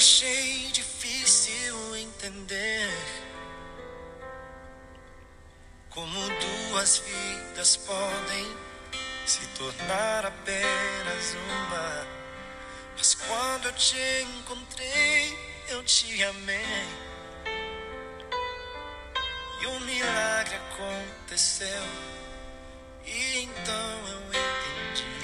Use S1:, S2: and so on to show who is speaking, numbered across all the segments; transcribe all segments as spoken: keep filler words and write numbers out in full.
S1: achei difícil entender como duas vidas podem se tornar apenas uma. Mas quando eu te encontrei, eu te amei, e um milagre aconteceu. E então eu entendi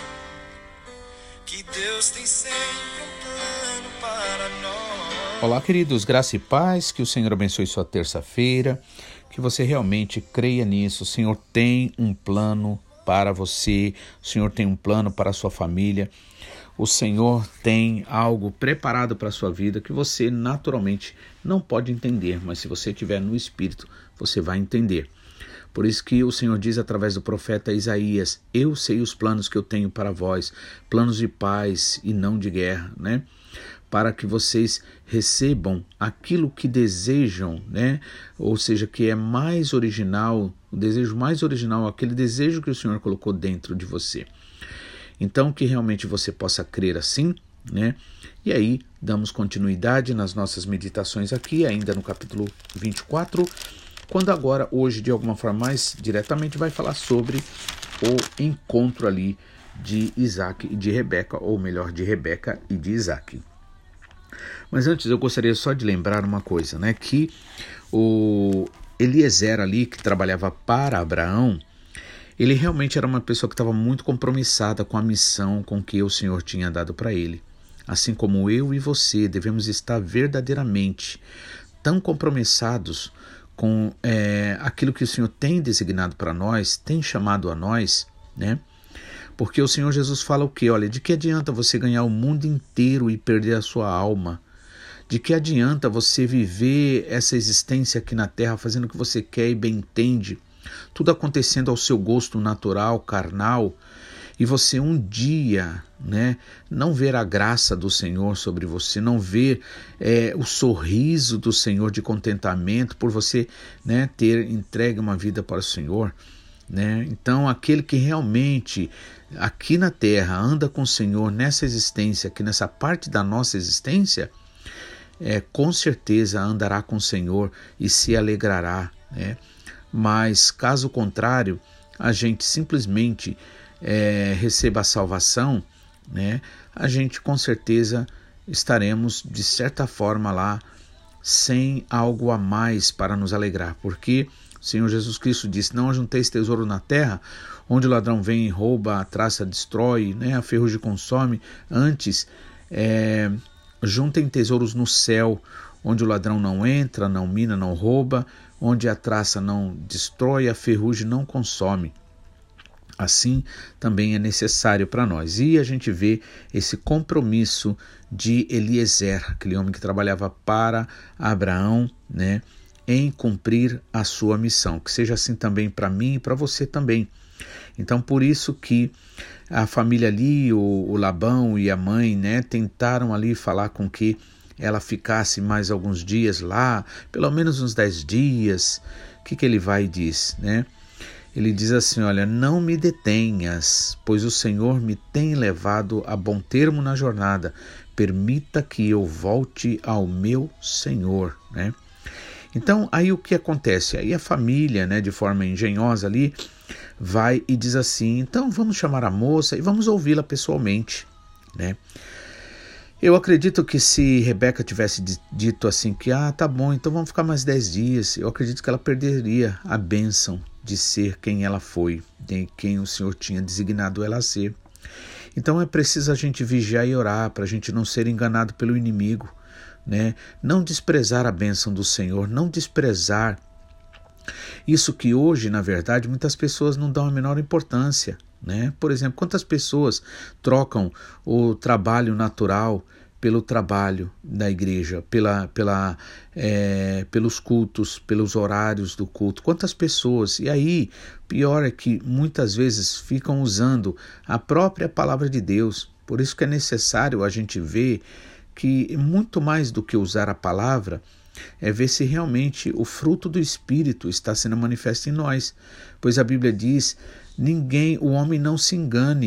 S1: que Deus tem sempre um plano para nós.
S2: Olá, queridos, graça e paz, que o Senhor abençoe sua terça-feira, que você realmente creia nisso. O Senhor tem um plano para você, o Senhor tem um plano para a sua família, o Senhor tem algo preparado para a sua vida que você naturalmente não pode entender, mas se você estiver no Espírito, você vai entender. Por isso que o Senhor diz através do profeta Isaías: eu sei os planos que eu tenho para vós, planos de paz e não de guerra, né? Para que vocês recebam aquilo que desejam, né? Ou seja, que é mais original, o desejo mais original, aquele desejo que o Senhor colocou dentro de você. Então, que realmente você possa crer assim, né? E aí, damos continuidade nas nossas meditações aqui, ainda no capítulo vinte e quatro, quando agora, hoje, de alguma forma mais diretamente, vai falar sobre o encontro ali de Isaac e de Rebeca, ou melhor, de Rebeca e de Isaac. Mas antes eu gostaria só de lembrar uma coisa, né? Que o Eliezer ali, que trabalhava para Abraão, ele realmente era uma pessoa que estava muito compromissada com a missão com que o Senhor tinha dado para ele. Assim como eu e você devemos estar verdadeiramente tão compromissados com é, aquilo que o Senhor tem designado para nós, tem chamado a nós, né? Porque o Senhor Jesus fala o quê? Olha, de que adianta você ganhar o mundo inteiro e perder a sua alma? De que adianta você viver essa existência aqui na terra fazendo o que você quer e bem entende, tudo acontecendo ao seu gosto natural, carnal, e você um dia, né, não ver a graça do Senhor sobre você, não ver é, o sorriso do Senhor de contentamento por você, né, ter entregue uma vida para o Senhor, né? Então aquele que realmente aqui na terra anda com o Senhor nessa existência, aqui nessa parte da nossa existência, é, com certeza andará com o Senhor e se alegrará, né? Mas caso contrário, a gente simplesmente é, receba a salvação, né? A gente com certeza estaremos de certa forma lá sem algo a mais para nos alegrar, porque o Senhor Jesus Cristo disse: não ajunteis tesouro na terra, onde o ladrão vem e rouba, a traça destrói, né? A ferrugem consome. Antes, é, juntem tesouros no céu, onde o ladrão não entra, não mina, não rouba, onde a traça não destrói, a ferrugem não consome. Assim também é necessário para nós. E a gente vê esse compromisso de Eliezer, aquele homem que trabalhava para Abraão, né, em cumprir a sua missão. Que seja assim também para mim e para você também. Então, por isso que a família ali, o, o Labão e a mãe, né, tentaram ali falar com que ela ficasse mais alguns dias lá, pelo menos uns dez dias. O que, que ele vai e diz, né? Ele diz assim: olha, não me detenhas, pois o Senhor me tem levado a bom termo na jornada. Permita que eu volte ao meu Senhor, né? Então, aí o que acontece? Aí a família, né, de forma engenhosa ali, vai e diz assim: então vamos chamar a moça e vamos ouvi-la pessoalmente, né? Eu acredito que se Rebeca tivesse dito assim que, ah, tá bom, então vamos ficar mais dez dias, eu acredito que ela perderia a bênção de ser quem ela foi, de quem o Senhor tinha designado ela a ser. Então é preciso a gente vigiar e orar para a gente não ser enganado pelo inimigo, né? Não desprezar a bênção do Senhor, não desprezar isso que hoje, na verdade, muitas pessoas não dão a menor importância, né? Por exemplo, quantas pessoas trocam o trabalho natural pelo trabalho da igreja, pela, pela, é, pelos cultos, pelos horários do culto? Quantas pessoas? E aí, pior é que muitas vezes ficam usando a própria palavra de Deus. Por isso que é necessário a gente ver que muito mais do que usar a palavra, é ver se realmente o fruto do Espírito está sendo manifesto em nós. Pois a Bíblia diz: ninguém, o homem não se engane,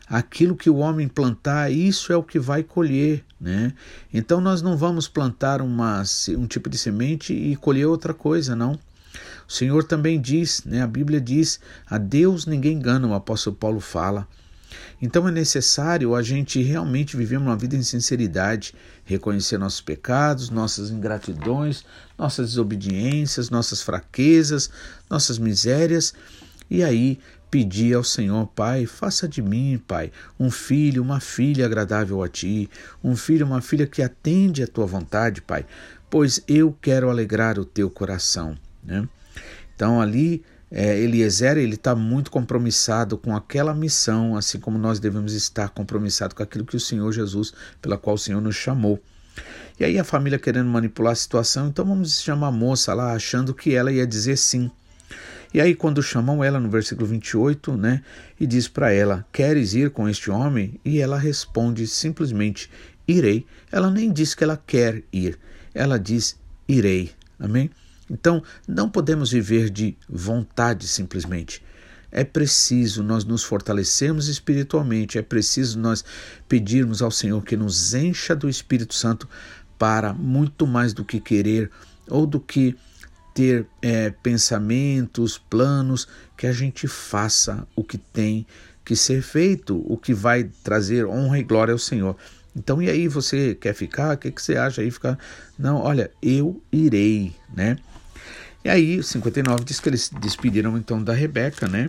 S2: aquilo que o homem plantar, isso é o que vai colher, né? Então nós não vamos plantar uma, um tipo de semente e colher outra coisa, não. O Senhor também diz, né? A Bíblia diz, a Deus ninguém engana, o apóstolo Paulo fala. Então é necessário a gente realmente viver uma vida em sinceridade, reconhecer nossos pecados, nossas ingratidões, nossas desobediências, nossas fraquezas, nossas misérias, e aí pedir ao Senhor: Pai, faça de mim, Pai, um filho, uma filha agradável a Ti, um filho, uma filha que atende à Tua vontade, Pai, pois eu quero alegrar o Teu coração, né? Então ali é, Eliezer, ele está muito compromissado com aquela missão, assim como nós devemos estar compromissados com aquilo que o Senhor Jesus, pela qual o Senhor nos chamou. E aí a família querendo manipular a situação, então vamos chamar a moça lá, achando que ela ia dizer sim. E aí quando chamam ela no versículo vinte e oito, né, e diz para ela: queres ir com este homem? E ela responde simplesmente: irei. Ela nem diz que ela quer ir, ela diz: irei. Amém? Então, não podemos viver de vontade simplesmente. É preciso nós nos fortalecermos espiritualmente, é preciso nós pedirmos ao Senhor que nos encha do Espírito Santo para muito mais do que querer ou do que ter é, pensamentos, planos, que a gente faça o que tem que ser feito, o que vai trazer honra e glória ao Senhor. Então, e aí, você quer ficar? O que, que você acha aí? Ficar? Não, olha, eu irei, né? E aí, cinquenta e nove diz que eles despediram então da Rebeca, né?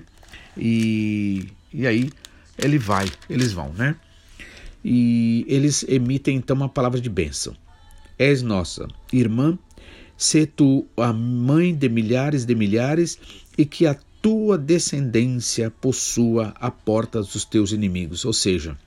S2: E, e aí ele vai, eles vão, né? E eles emitem então uma palavra de bênção. És nossa irmã, sê tu a mãe de milhares de milhares, e que a tua descendência possua a porta dos teus inimigos. Ou seja,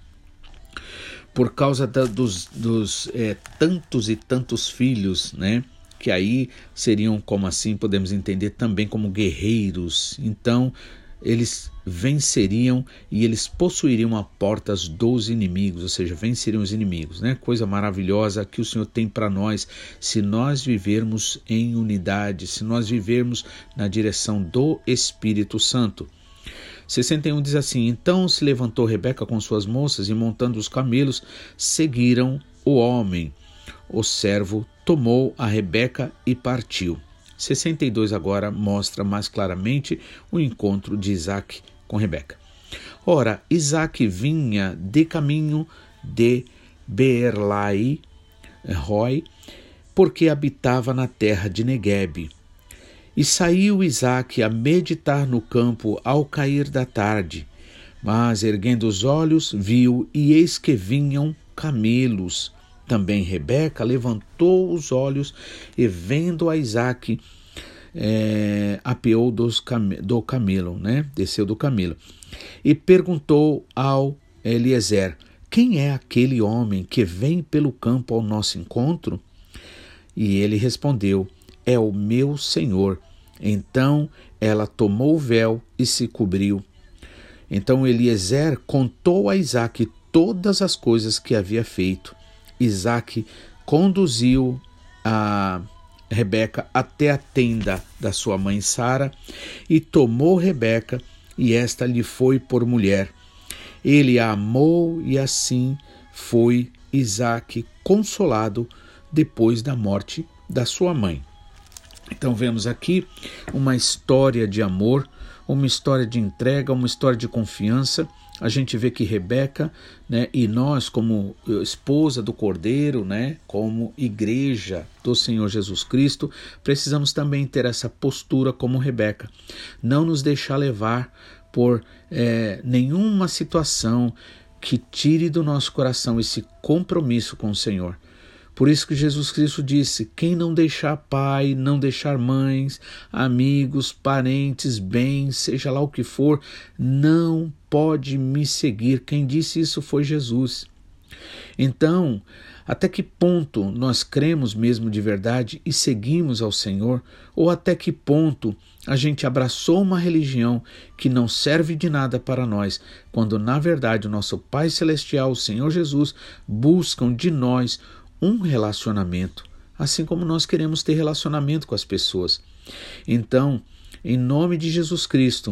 S2: por causa da, dos, dos é, tantos e tantos filhos, né? Que aí seriam, como assim, podemos entender também como guerreiros. Então, eles venceriam e eles possuiriam a portas dos inimigos, ou seja, venceriam os inimigos, né? Coisa maravilhosa que o Senhor tem para nós, se nós vivermos em unidade, se nós vivermos na direção do Espírito Santo. sessenta e um diz assim: então se levantou Rebeca com suas moças e, montando os camelos, seguiram o homem. O servo tomou a Rebeca e partiu. sessenta e dois agora mostra mais claramente o encontro de Isaac com Rebeca. Ora, Isaac vinha de caminho de Beer-Lahai, Roi, porque habitava na terra de Neguebe. E saiu Isaac a meditar no campo ao cair da tarde, mas erguendo os olhos, viu, e eis que vinham camelos. Também Rebeca levantou os olhos e, vendo a Isaac, é, apeou dos cam- do camelo, né? Desceu do camelo, e perguntou ao Eliezer: quem é aquele homem que vem pelo campo ao nosso encontro? E ele respondeu: é o meu senhor. Então ela tomou o véu e se cobriu. Então Eliezer contou a Isaac todas as coisas que havia feito. Isaac conduziu a Rebeca até a tenda da sua mãe Sara e tomou Rebeca, e esta lhe foi por mulher. Ele a amou, e assim foi Isaac consolado depois da morte da sua mãe. Então vemos aqui uma história de amor, uma história de entrega, uma história de confiança. A gente vê que Rebeca, né, e nós como esposa do Cordeiro, né, como igreja do Senhor Jesus Cristo, precisamos também ter essa postura como Rebeca. Não nos deixar levar por é, nenhuma situação que tire do nosso coração esse compromisso com o Senhor. Por isso que Jesus Cristo disse: quem não deixar pai, não deixar mães, amigos, parentes, bens, seja lá o que for, não pode me seguir. Quem disse isso foi Jesus. Então, até que ponto nós cremos mesmo de verdade e seguimos ao Senhor? Ou até que ponto a gente abraçou uma religião que não serve de nada para nós, quando na verdade o nosso Pai Celestial, o Senhor Jesus, buscam de nós um relacionamento, assim como nós queremos ter relacionamento com as pessoas. Então, em nome de Jesus Cristo,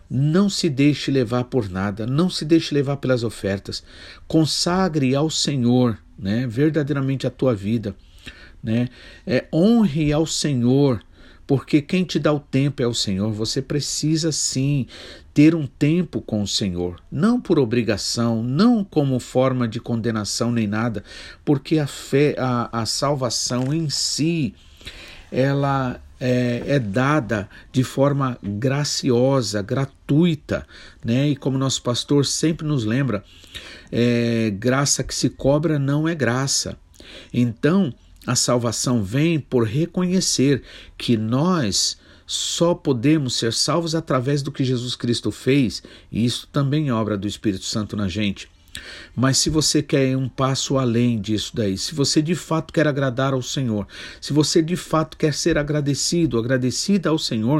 S2: não se deixe levar por nada, não se deixe levar pelas ofertas. Consagre ao Senhor, né, verdadeiramente a tua vida, né? É, honre ao Senhor, porque quem te dá o tempo é o Senhor. Você precisa sim ter um tempo com o Senhor, não por obrigação, não como forma de condenação nem nada, porque a fé, a, a salvação em si, ela é, é dada de forma graciosa, gratuita, né? E como nosso pastor sempre nos lembra, é, graça que se cobra não é graça. Então, a salvação vem por reconhecer que nós só podemos ser salvos através do que Jesus Cristo fez, e isso também é obra do Espírito Santo na gente. Mas se você quer ir um passo além disso daí, se você de fato quer agradar ao Senhor, se você de fato quer ser agradecido, agradecida ao Senhor,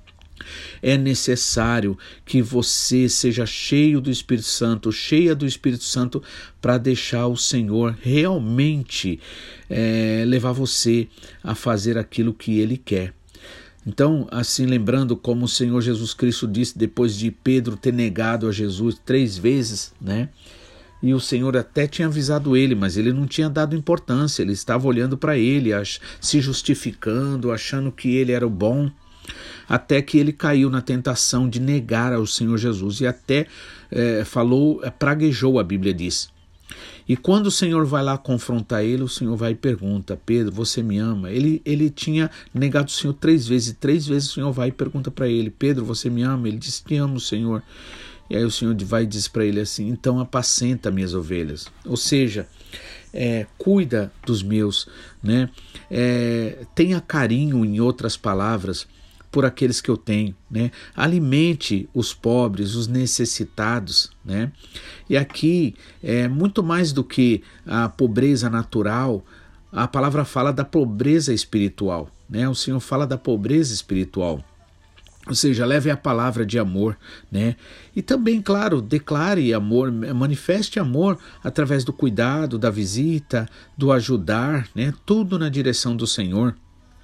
S2: é necessário que você seja cheio do Espírito Santo, cheia do Espírito Santo, para deixar o Senhor realmente é, levar você a fazer aquilo que Ele quer. Então, assim, lembrando como o Senhor Jesus Cristo disse depois de Pedro ter negado a Jesus três vezes, né? E o Senhor até tinha avisado ele, mas ele não tinha dado importância, ele estava olhando para ele, se justificando, achando que ele era o bom, até que ele caiu na tentação de negar ao Senhor Jesus e até é, falou, praguejou, a Bíblia diz. E quando o Senhor vai lá confrontar ele, o Senhor vai e pergunta: Pedro, você me ama? Ele, ele tinha negado o Senhor três vezes, e três vezes o Senhor vai e pergunta para ele: Pedro, você me ama? Ele diz: te amo, Senhor. E aí o Senhor vai e diz para ele assim: então apacenta minhas ovelhas. Ou seja, é, cuida dos meus, né? É, tenha carinho, em outras palavras, por aqueles que eu tenho, né? Alimente os pobres, os necessitados, né? E aqui, é muito mais do que a pobreza natural, a palavra fala da pobreza espiritual, né? O Senhor fala da pobreza espiritual. Ou seja, leve a palavra de amor, né? E também, claro, declare amor, manifeste amor através do cuidado, da visita, do ajudar, né? Tudo na direção do Senhor.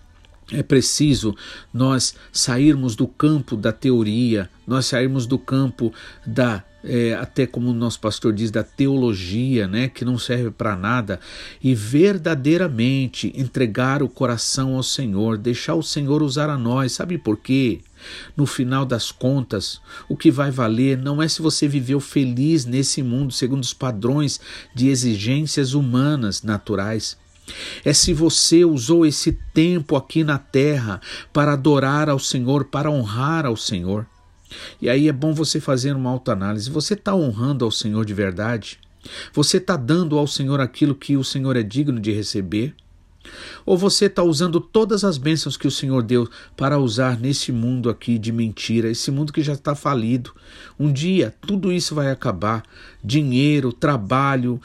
S2: É preciso nós sairmos do campo da teoria, nós sairmos do campo da, é, até como o nosso pastor diz, da teologia, né, que não serve para nada, e verdadeiramente entregar o coração ao Senhor, deixar o Senhor usar a nós. Sabe por quê? No final das contas, o que vai valer não é se você viveu feliz nesse mundo segundo os padrões de exigências humanas, naturais. É se você usou esse tempo aqui na terra para adorar ao Senhor, para honrar ao Senhor. E aí é bom você fazer uma autoanálise. Você está honrando ao Senhor de verdade? Você está dando ao Senhor aquilo que o Senhor é digno de receber? Ou você está usando todas as bênçãos que o Senhor deu para usar nesse mundo aqui de mentira, esse mundo que já está falido? Um dia tudo isso vai acabar. Dinheiro, trabalho,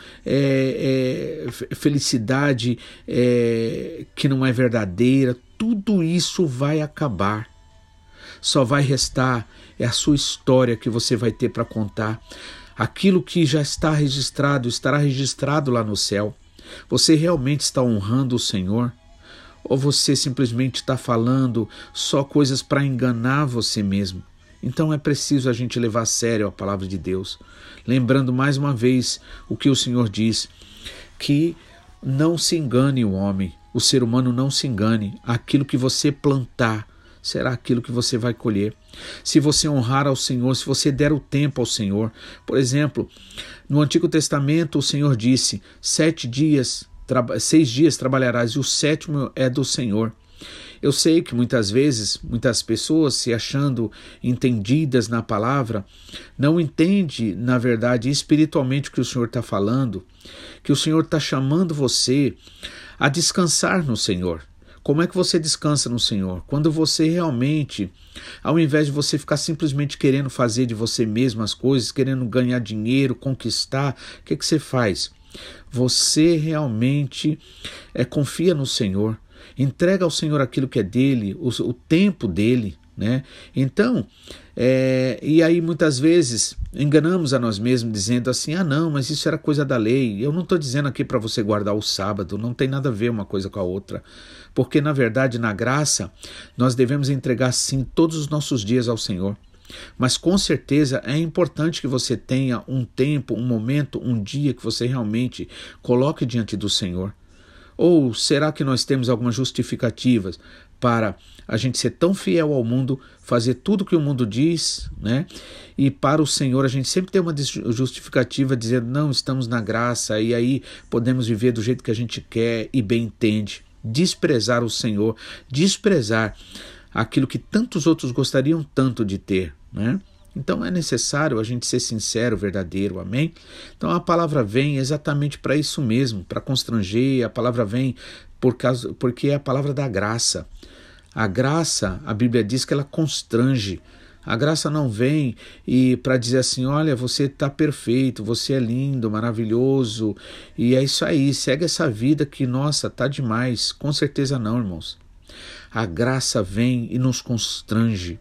S2: é, é, felicidade é, que não é verdadeira, tudo isso vai acabar. Só vai restar é a sua história que você vai ter para contar. Aquilo que já está registrado, estará registrado lá no céu. Você realmente está honrando o Senhor? Ou você simplesmente está falando só coisas para enganar você mesmo? Então é preciso a gente levar a sério a palavra de Deus. Lembrando mais uma vez o que o Senhor diz, que não se engane o homem, o ser humano não se engane. Aquilo que você plantar será aquilo que você vai colher. Se você honrar ao Senhor, se você der o tempo ao Senhor. Por exemplo, no Antigo Testamento o Senhor disse, sete dias, seis dias trabalharás e o sétimo é do Senhor. Eu sei que muitas vezes, muitas pessoas se achando entendidas na palavra, não entendem, na verdade, espiritualmente o que o Senhor está falando, que o Senhor está chamando você a descansar no Senhor. Como é que você descansa no Senhor? Quando você realmente, ao invés de você ficar simplesmente querendo fazer de você mesmo as coisas, querendo ganhar dinheiro, conquistar, o que, que você faz? Você realmente é, confia no Senhor, entrega ao Senhor aquilo que é dele, o, o tempo dele, né? Então, é, e aí muitas vezes enganamos a nós mesmos dizendo assim, ah não, mas isso era coisa da lei. Eu não estou dizendo aqui para você guardar o sábado, não tem nada a ver uma coisa com a outra, porque na verdade na graça nós devemos entregar sim todos os nossos dias ao Senhor. Mas com certeza é importante que você tenha um tempo, um momento, um dia que você realmente coloque diante do Senhor. Ou será que nós temos algumas justificativas para a gente ser tão fiel ao mundo, fazer tudo que o mundo diz, né? E para o Senhor a gente sempre tem uma justificativa dizendo, não, estamos na graça, e aí podemos viver do jeito que a gente quer e bem entende. Desprezar o Senhor, desprezar aquilo que tantos outros gostariam tanto de ter, né? Então é necessário a gente ser sincero, verdadeiro, amém? Então a palavra vem exatamente para isso mesmo, para constranger. A palavra vem por causa, porque é a palavra da graça. A graça, a Bíblia diz que ela constrange. A graça não vem e para dizer assim, olha, você está perfeito, você é lindo, maravilhoso, e é isso aí, segue essa vida que, nossa, tá demais. Com certeza não, irmãos. A graça vem e nos constrange.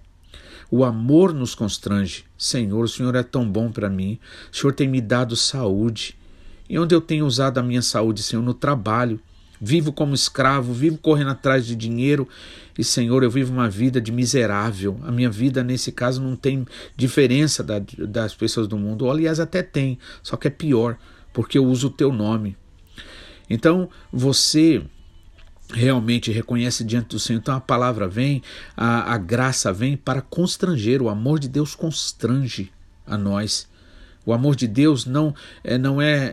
S2: O amor nos constrange. Senhor, o Senhor é tão bom para mim. O Senhor tem me dado saúde. E onde eu tenho usado a minha saúde, Senhor? No trabalho. Vivo como escravo, vivo correndo atrás de dinheiro. E, Senhor, eu vivo uma vida de miserável. A minha vida, nesse caso, não tem diferença da, das pessoas do mundo. Ou, aliás, até tem, só que é pior, porque eu uso o teu nome. Então, você realmente reconhece diante do Senhor. Então a palavra vem, a, a graça vem para constranger. O amor de Deus constrange a nós. O amor de Deus não, é, não, é,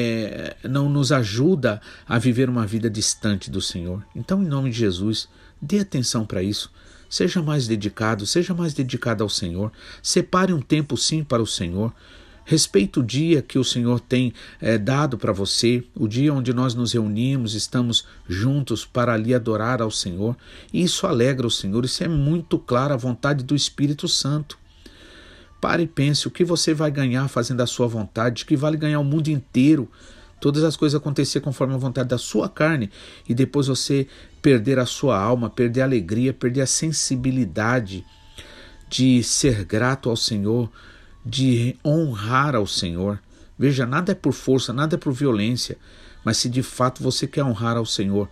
S2: é, é, não nos ajuda a viver uma vida distante do Senhor. Então, em nome de Jesus, dê atenção para isso. Seja mais dedicado, seja mais dedicado ao Senhor. Separe um tempo sim para o Senhor. Respeite o dia que o Senhor tem é, dado para você, o dia onde nós nos reunimos, estamos juntos para ali adorar ao Senhor. E isso alegra o Senhor, isso é muito claro a vontade do Espírito Santo. Pare e pense o que você vai ganhar fazendo a sua vontade, que vale ganhar o mundo inteiro. Todas as coisas acontecer conforme a vontade da sua carne e depois você perder a sua alma, perder a alegria, perder a sensibilidade de ser grato ao Senhor, de honrar ao Senhor. Veja, nada é por força, nada é por violência, mas se de fato você quer honrar ao Senhor,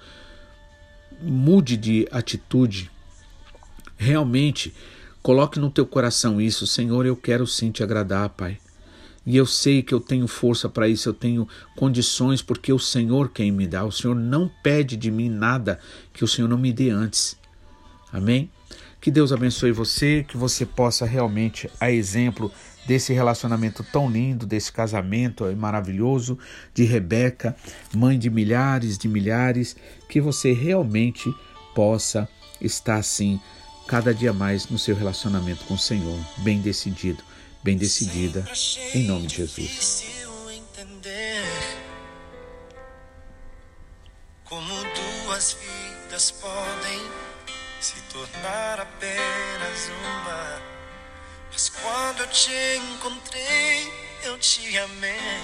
S2: mude de atitude. Realmente, coloque no teu coração isso. Senhor, eu quero sim te agradar, Pai. E eu sei que eu tenho força para isso, eu tenho condições, porque o Senhor quem me dá. O Senhor não pede de mim nada que o Senhor não me dê antes. Amém? Que Deus abençoe você, que você possa realmente, a exemplo desse relacionamento tão lindo, desse casamento maravilhoso de Rebeca, mãe de milhares de milhares, que você realmente possa estar assim, cada dia mais no seu relacionamento com o Senhor, bem decidido, bem decidida, em nome de Jesus.
S1: Como duas vidas podem se tornar apenas uma, mas quando eu te encontrei, eu te amei,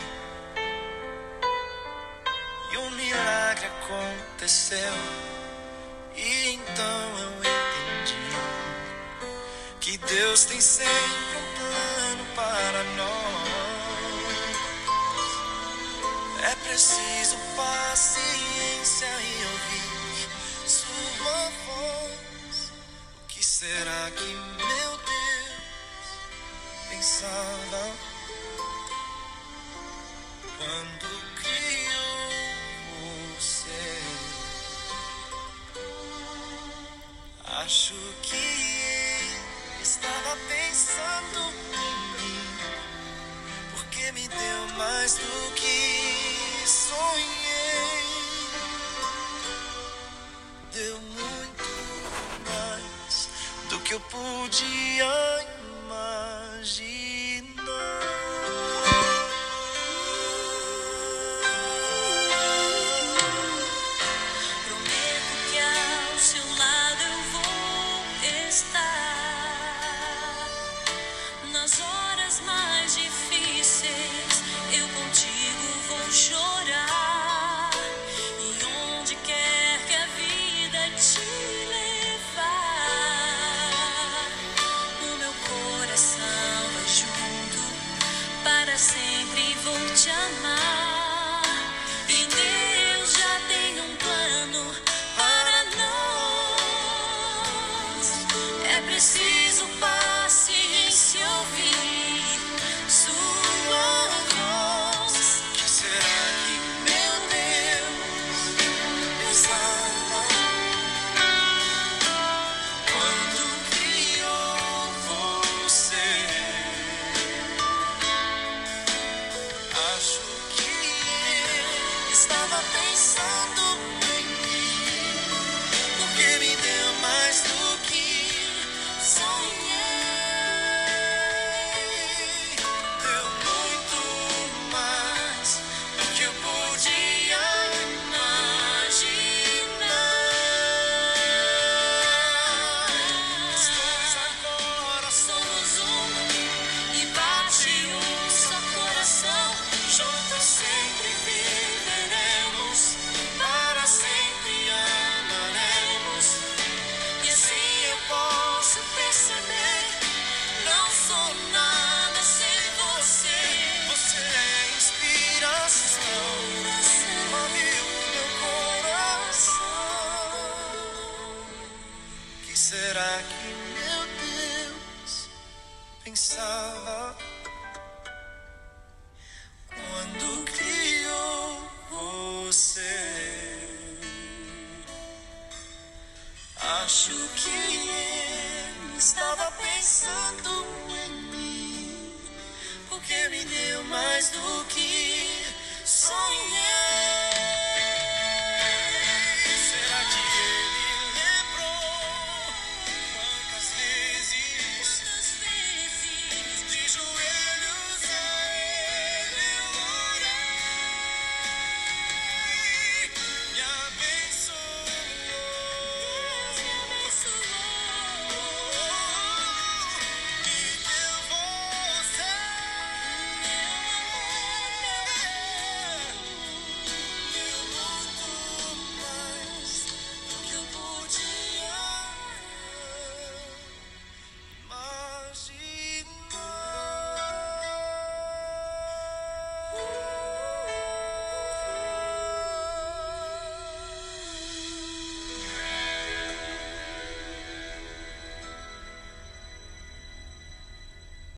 S1: e um milagre aconteceu, e então eu entendi que Deus tem sempre um plano para nós. É preciso paciência e ouvir sua voz. O que será que meu Deus pensava quando criou você? Acho que ele estava pensando em mim, porque me deu mais do que sonhei. Deu muito mais do que eu podia imaginar.
S3: Prometo que ao seu lado eu vou estar. Nas horas mais difíceis eu contigo vou chorar. E onde quer que a vida te levar, o meu coração vai junto, para sempre vou te amar. E Deus já tem um plano para nós. É preciso paciência
S1: Acho que ele estava pensando em mim, porque me deu mais do que sonhei.